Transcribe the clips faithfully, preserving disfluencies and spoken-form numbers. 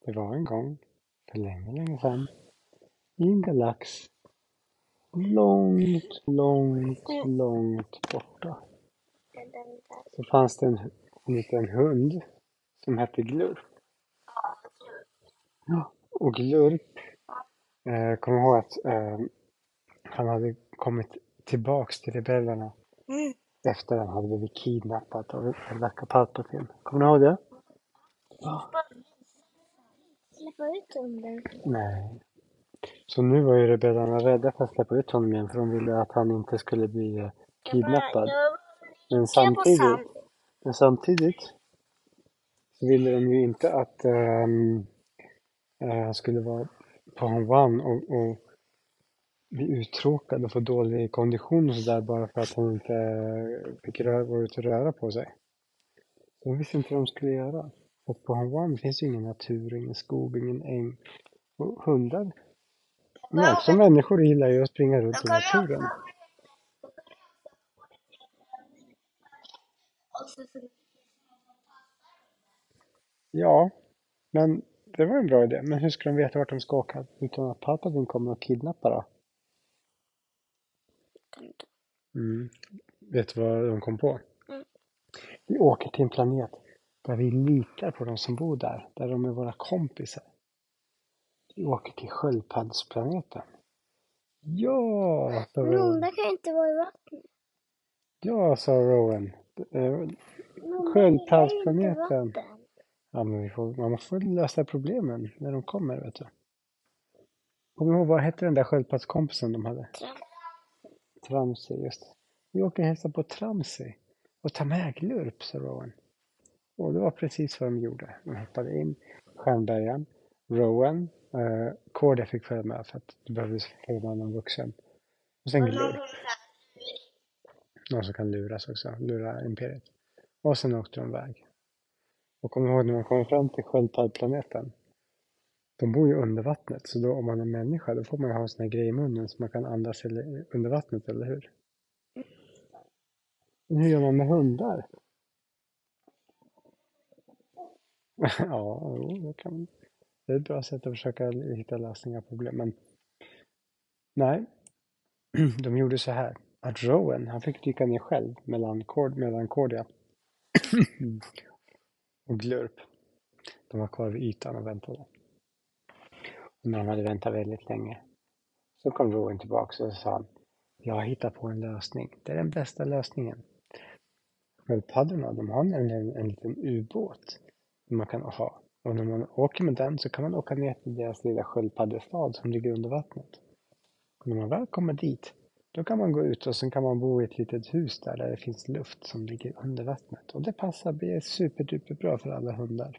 Det var en gång, för länge, länge sedan, i en galax långt, långt, långt borta. Så fanns det en, en liten hund som hette Glurp. Ja, och Glurp, eh, kom ihåg att eh, han hade kommit tillbaks till rebellerna efter att han hade blivit kidnappad av Lacka Palpatine. Kommer du ihåg det? Ja. Släppa ut hunden. Nej. Så nu var ju rebellerna rädda för att släppa ut honom igen, för de ville att han inte skulle bli eh, kidnappad. Men samtidigt, men samtidigt så ville de ju inte att um, uh, han skulle vara på Hawaii och, och bli uttråkad och få dålig kondition och sådär bara för att han inte fick röra, gå ut och röra på sig. Så de visste inte vad de skulle göra. För att på Hawaii finns ju ingen natur, ingen skog, ingen äng. Och hundar, men också människor gillar ju att springa runt i naturen. Ja, men det var en bra idé. Men hur ska de veta vart de ska åka utan att Palpatine kommer och kidnappar då? Mm. Vet du vad de kom på? Mm. Vi åker till en planet där vi litar på de som bor där. Där de är våra kompisar. Vi åker till sköldpaddsplaneten. Ja! sa Men Rowan. hundar kan inte vara i vattnet. Ja, sa Rowan. Eh, Sköldpaddsplaneten. Ja, men vi får, man får lösa problemen när de kommer, vet du. Kommer du ihåg, vad hette den där sköldpaddskompisen de hade? Tram. Tramsi, just det. Vi åker och hälsar på Tramsi. Och ta med Glurp, sa Rowan. Och det var precis vad de gjorde. De hoppade in stjärnbergen. Rowan, eh, Cordia fick följa med för att det behövdes följa med någon vuxen. Och sen Glurp. Någon som kan luras också. Lura imperiet. Och sen åkte de iväg. Och kom ihåg när man kommer fram till sköldpaddplaneten. De bor ju under vattnet. Så då om man är människa då får man ju ha en sån här grej i munnen så man kan andas under vattnet, eller hur? Men hur gör man med hundar? Ja, jo, det kan man. Det är ett bra sätt att försöka hitta lösningar på problem. Men nej, de gjorde så här. Att Rowan, han fick dyka ner själv mellan, Cord, mellan Cordia och Glurp. De var kvar vid ytan och väntade. Och när de hade väntat väldigt länge så kom Rowan tillbaka och sa han, jag har hittat på en lösning. Det är den bästa lösningen. Sköldpaddorna, de har nämligen en liten ubåt som man kan ha. Och när man åker med den så kan man åka ner till deras lilla sköldpaddestad som ligger under vattnet. Och när man väl kommer dit, då kan man gå ut och sen kan man bo i ett litet hus där, där det finns luft som ligger under vattnet. Och det passar, blir superduper bra för alla hundar.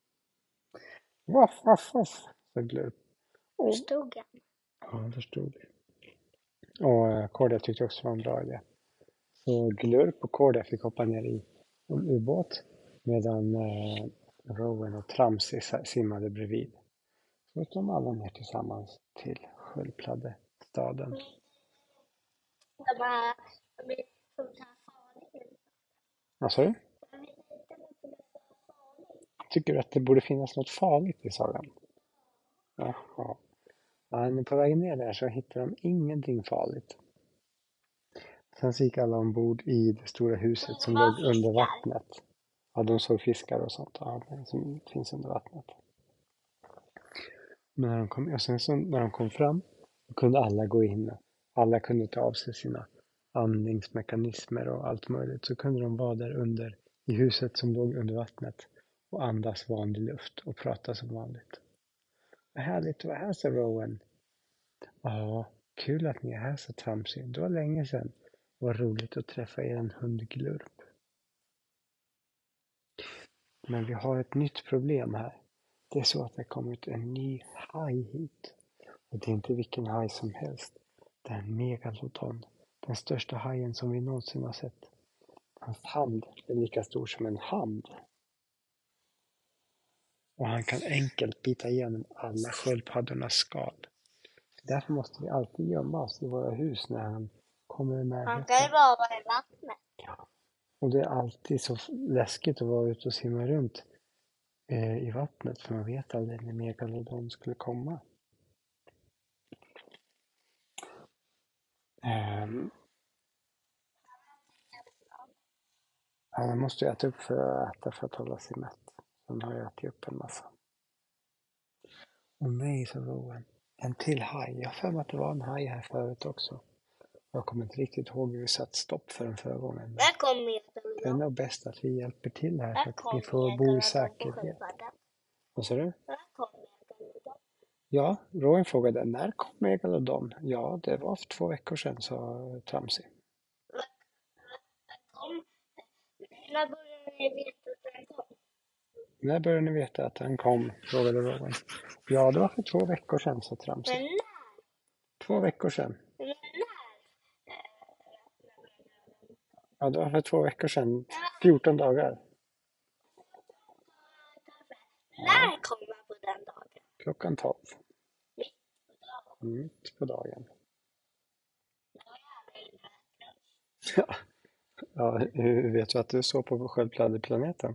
Waff, waff, waff, sa Glurp. Förstod jag? Ja, jag förstod. Och eh, Cordia tyckte också det var en bra idé. Så Glurp och Cordia fick hoppa ner i en ubåt medan eh, Rowan och Tramsi simmade bredvid. Så åkte de alla ner tillsammans till sköldpaddestaden. De är de är sånt här farligt. Vad sa du? Tycker du att det borde finnas något farligt i sagan? Jaha. Men på vägen ner där så hittade de ingenting farligt. Sen så gick alla ombord i det stora huset som låg under vattnet. Ja, de såg fiskar och sånt ja, som finns under vattnet. Men när de kom, och sen så när de kom fram kunde alla gå in. Alla kunde ta av sig sina andningsmekanismer och allt möjligt. Så kunde de vara där under i huset som låg under vattnet och andas vanlig luft och prata som vanligt. Vad härligt att vara här, sa Rowan. Ja, kul att ni är här, sa Tramsi. Det var länge sedan. Det var roligt att träffa er en hund Glurp. Men vi har ett nytt problem här. Det är så att det har kommit en ny haj hit. Och det är inte vilken haj som helst. Det är en megalodon. Den största hajen som vi någonsin har sett. Hans hand är lika stor som en hand. Och han kan enkelt bita igenom alla sköldpaddornas skal. Därför måste vi alltid gömma oss i våra hus när han kommer i närheten. Han kan ju bara vara i vattnet. Ja. Och det är alltid så läskigt att vara ute och simma runt eh, i vattnet, för man vet aldrig när megalodon skulle komma. Um, han måste ju äta upp för att äta för att hålla sig mätt. Han har ju ätit upp en massa. Och nej, så Rowan. En till haj. Jag har för mig att det var en haj här förut också. Jag kommer inte riktigt ihåg hur vi satt stopp för den förra gången. Där kommer Det är nog bäst att vi hjälper till här så att vi får kommer bo i megalodon på säkerhet. sköldpaddan. Vad sa du? Där kommer megalodon. Ja, Rowan frågade när kom megalodon? Ja, det var för två veckor sedan, sa Tramsi. Kom. När började ni veta att den kom? När började ni veta att den kom? Frågade Rowan. Ja, det var för två veckor sedan, sa Men Tramsi. när? Två veckor sedan. Men när? Ja, det var för två veckor sedan. fjorton dagar. När kom man på den dagen? Klockan tolv. Mitt på dagen. Mitt på dagen. Det var jävla inräknat. Ja. Ja, hur vet du att du såg på sköldpaddeplaneten?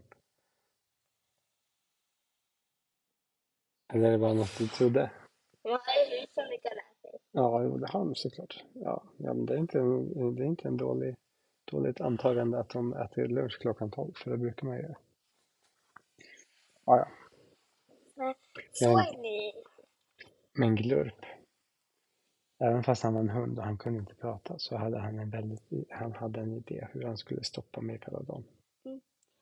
Eller är det bara något du trodde? Man har ju så mycket lärt sig. Ja, jo, det har de såklart. Ja, ja men det är inte, det är inte en dålig, dåligt antagande att de äter lunch klockan tolv, för det brukar man göra. Ja, ja. Men så är ni. Men Glurp, även fast han var en hund och han kunde inte prata, så hade han en väldigt, han hade en idé hur han skulle stoppa megalodon. Mm.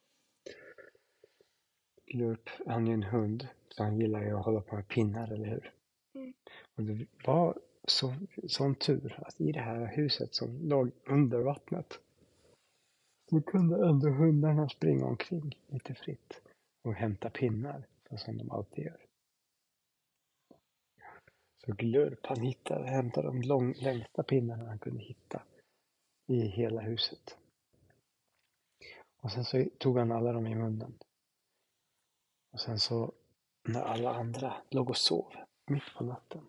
Glurp, han är ju en hund, så han gillar ju att hålla på med pinnar, eller hur? Mm. Och det var så, sån tur att i det här huset som låg under vattnet så kunde ändå hundarna springa omkring lite fritt och hämta pinnar, så som de alltid gör. Så Glurp, han hittade, hämtade de lång, längsta pinnarna han kunde hitta i hela huset. Och sen så tog han alla dem i munnen. Och sen så, när alla andra låg och sov mitt på natten,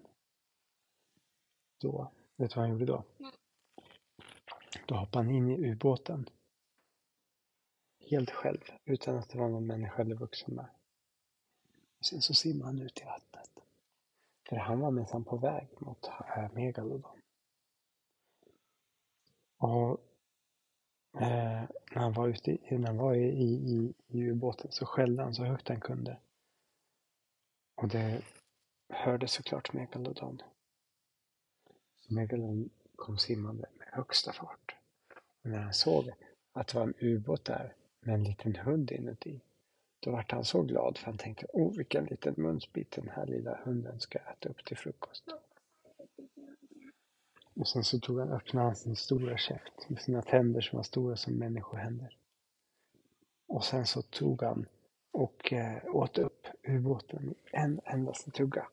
då, vet du vad han gjorde då? Nej. Då hoppade han in i ubåten. Helt själv, utan att det var någon människa eller vuxen med. Och sen så simmade han ut i vattnet. För han var minsann på väg mot äh, megalodon. Och eh, när han var ute i, när han var i, i, i ubåten så skällde han så högt han kunde. Och det hörde såklart megalodon. Så megalodon kom simmande med högsta fart. Och när han såg att det var en ubåt där med en liten hund inuti, då var han så glad, för han tänkte, åh, vilken liten munsbit den här lilla hunden ska äta upp till frukost. Och sen så tog han öppna sin stora käft med sina tänder som var stora som människohänder. Och sen så tog han och eh, åt upp ubåten i en endaste tugga.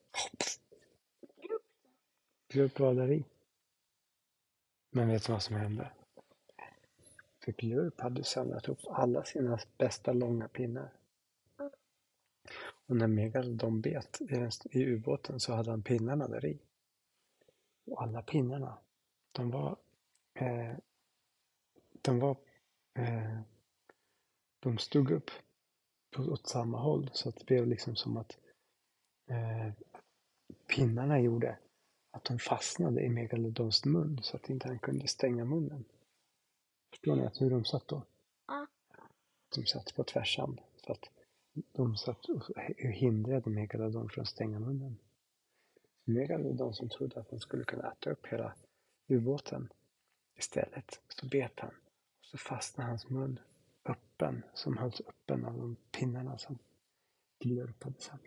Glurp var där i. Men vet du vad som hände? För Glurp hade samlat upp alla sina bästa långa pinnar. Och när megalodon bet i, i ubåten så hade han pinnarna där i. Och alla pinnarna, de var, eh, de var, eh, de stod upp på, åt samma håll. Så att det blev liksom som att eh, pinnarna gjorde att de fastnade i megalodons mun så att inte han kunde stänga munnen. Förstår ni att hur de satt då? Ja. De satt på tvärsan så att de satt och hindrade megalodon från att stänga munnen. Megalodon som trodde att han skulle kunna äta upp hela ubåten. Istället så bet han och så fastnade hans mun öppen, som hölls öppen av de pinnarna som Glurp hade satt.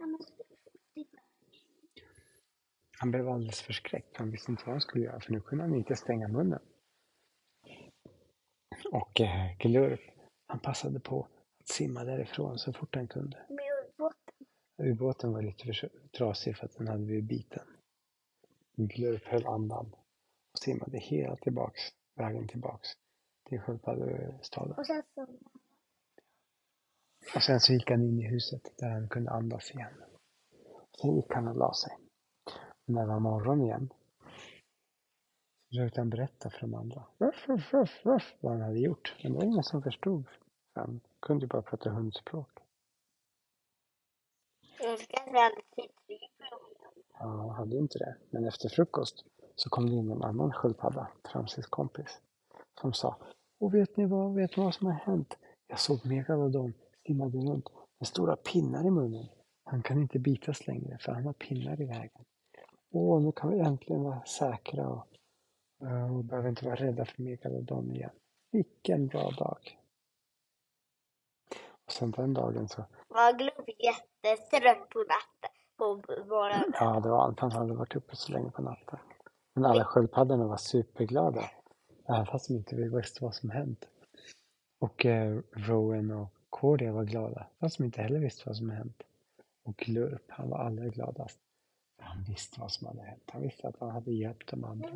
Han blev alldeles förskräckt. Han visste inte vad han skulle göra, för nu kunde han inte stänga munnen. Och eh, Glurp, han passade på att simma därifrån så fort han kunde. Med ubåten. Ubåten var lite för trasig för att den hade blivit biten. Glurp höll andan och simmade hela tillbaks, vägen tillbaks till sköldpaddestaden. Och sen så... Och sen så gick han in i huset där han kunde andas igen. Sen gick han och la sig. Och när det var morgon igen så försökte han berätta för de andra ruff, ruff, ruff, ruff, vad han hade gjort. Men det var ingen som förstod. Han kunde bara prata hundspråk. Jag ska aldrig till Ja, hade inte det. Men efter frukost så kom det in en annan sköldpadda, Francis kompis, som sa: och vet ni vad, vet ni vad som har hänt? Jag såg Megalodon simmade runt med stora pinnar i munnen. Han kan inte bitas längre för han har pinnar i vägen. Åh, nu kan vi äntligen vara säkra och, och behöver inte vara rädda för Megalodon igen. Vilken bra dag. Och sen den dagen så... var Glove jättetrött på natten. På morgonen. Ja, det var allt. Han hade varit uppe så länge på natten. Men alla sköldpaddorna var superglada. Även fast de inte visste vad som hänt. Och eh, Rowan och Cordia var glada. Fast de inte heller visste vad som hänt. Och Glurp, han var allra gladast. Han visste vad som hade hänt. Han visste att han hade hjälpt de andra.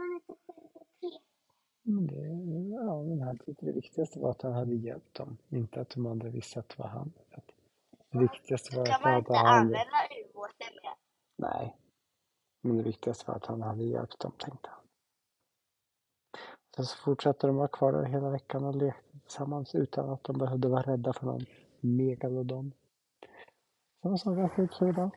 Men det, ja, men han tyckte det viktigaste var att han hade hjälpt dem. Inte att de andra visste att det var han. Det viktigaste var Kan att man han inte hade... använda ubåten mer? Nej. Men det viktigaste var att han hade hjälpt dem, tänkte han. Sen så fortsatte de vara kvar där hela veckan och lekte tillsammans utan att de behövde vara rädda för någon megalodon. Så var sagan slut för idag.